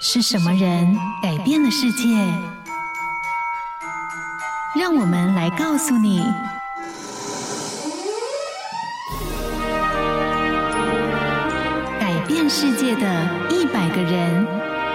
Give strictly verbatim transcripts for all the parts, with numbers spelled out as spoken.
是什么人改变了世界？让我们来告诉你。改变世界的一百个人。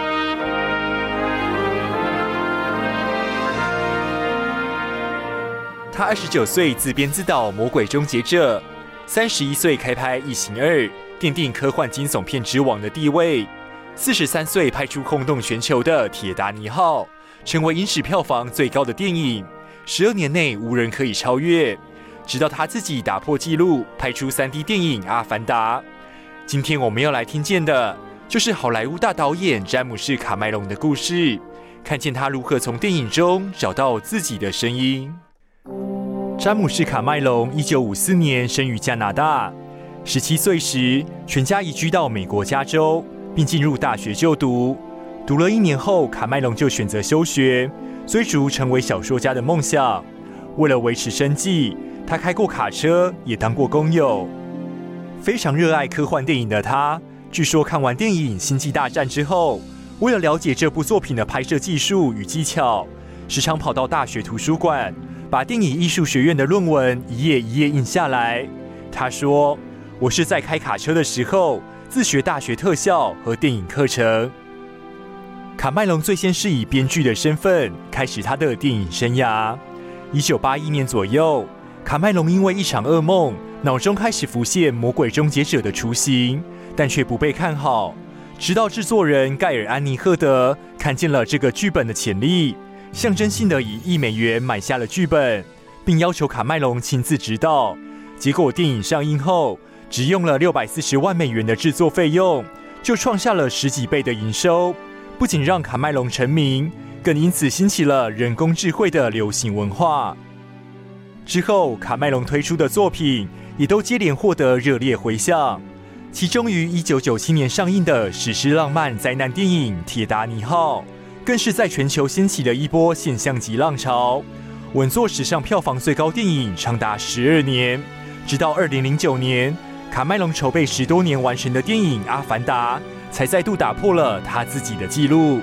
他二十九岁自编自导《魔鬼终结者》，三十一岁开拍《异形二》，奠定科幻惊悚片之王的地位。四十三岁拍出轰动全球的《铁达尼号》，成为影史票房最高的电影，十二年内无人可以超越。直到他自己打破纪录，拍出 三 D 电影《阿凡达》。今天我们要来听见的，就是好莱坞大导演詹姆士·卡麦隆的故事，看见他如何从电影中找到自己的声音。詹姆士·卡麦隆一九五四年生于加拿大，十七岁时全家移居到美国加州，并进入大学就读。读了一年后，卡麦隆就选择休学，追逐成为小说家的梦想。为了维持生计，他开过卡车，也当过工友。非常热爱科幻电影的他，据说看完电影《星际大战》之后，为了了解这部作品的拍摄技术与技巧，时常跑到大学图书馆，把电影艺术学院的论文一页一页印下来。他说：“我是在开卡车的时候自学大学特效和电影课程。”卡麦隆最先是以编剧的身份开始他的电影生涯。一九八一年左右，卡麦隆因为一场噩梦，脑中开始浮现《魔鬼终结者》的雏形，但却不被看好。直到制作人盖尔·安妮赫德看见了这个剧本的潜力，象征性的以一美元买下了剧本，并要求卡麦隆亲自执导。结果电影上映后，只用了六百四十万美元的制作费用，就创下了十几倍的营收。不仅让卡麦隆成名，更因此兴起了人工智慧的流行文化。之后，卡麦隆推出的作品也都接连获得热烈回响。其中于一九九七年上映的史诗浪漫灾难电影《铁达尼号》，更是在全球掀起了一波现象级浪潮，稳坐史上票房最高电影长达十二年。直到二零零九年，卡麦隆筹备十多年完成的电影《阿凡达》才再度打破了他自己的纪录。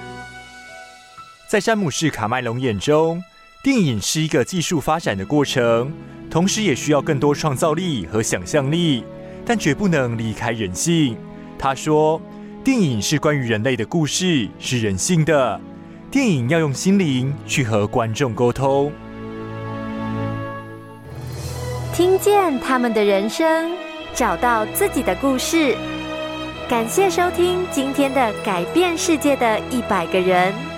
在詹姆士·卡麦隆眼中，电影是一个技术发展的过程，同时也需要更多创造力和想象力，但绝不能离开人性。他说，电影是关于人类的故事，是人性的。电影要用心灵去和观众沟通， 听见他们的人生，找到自己的故事。感谢收听今天的改变世界的一百个人。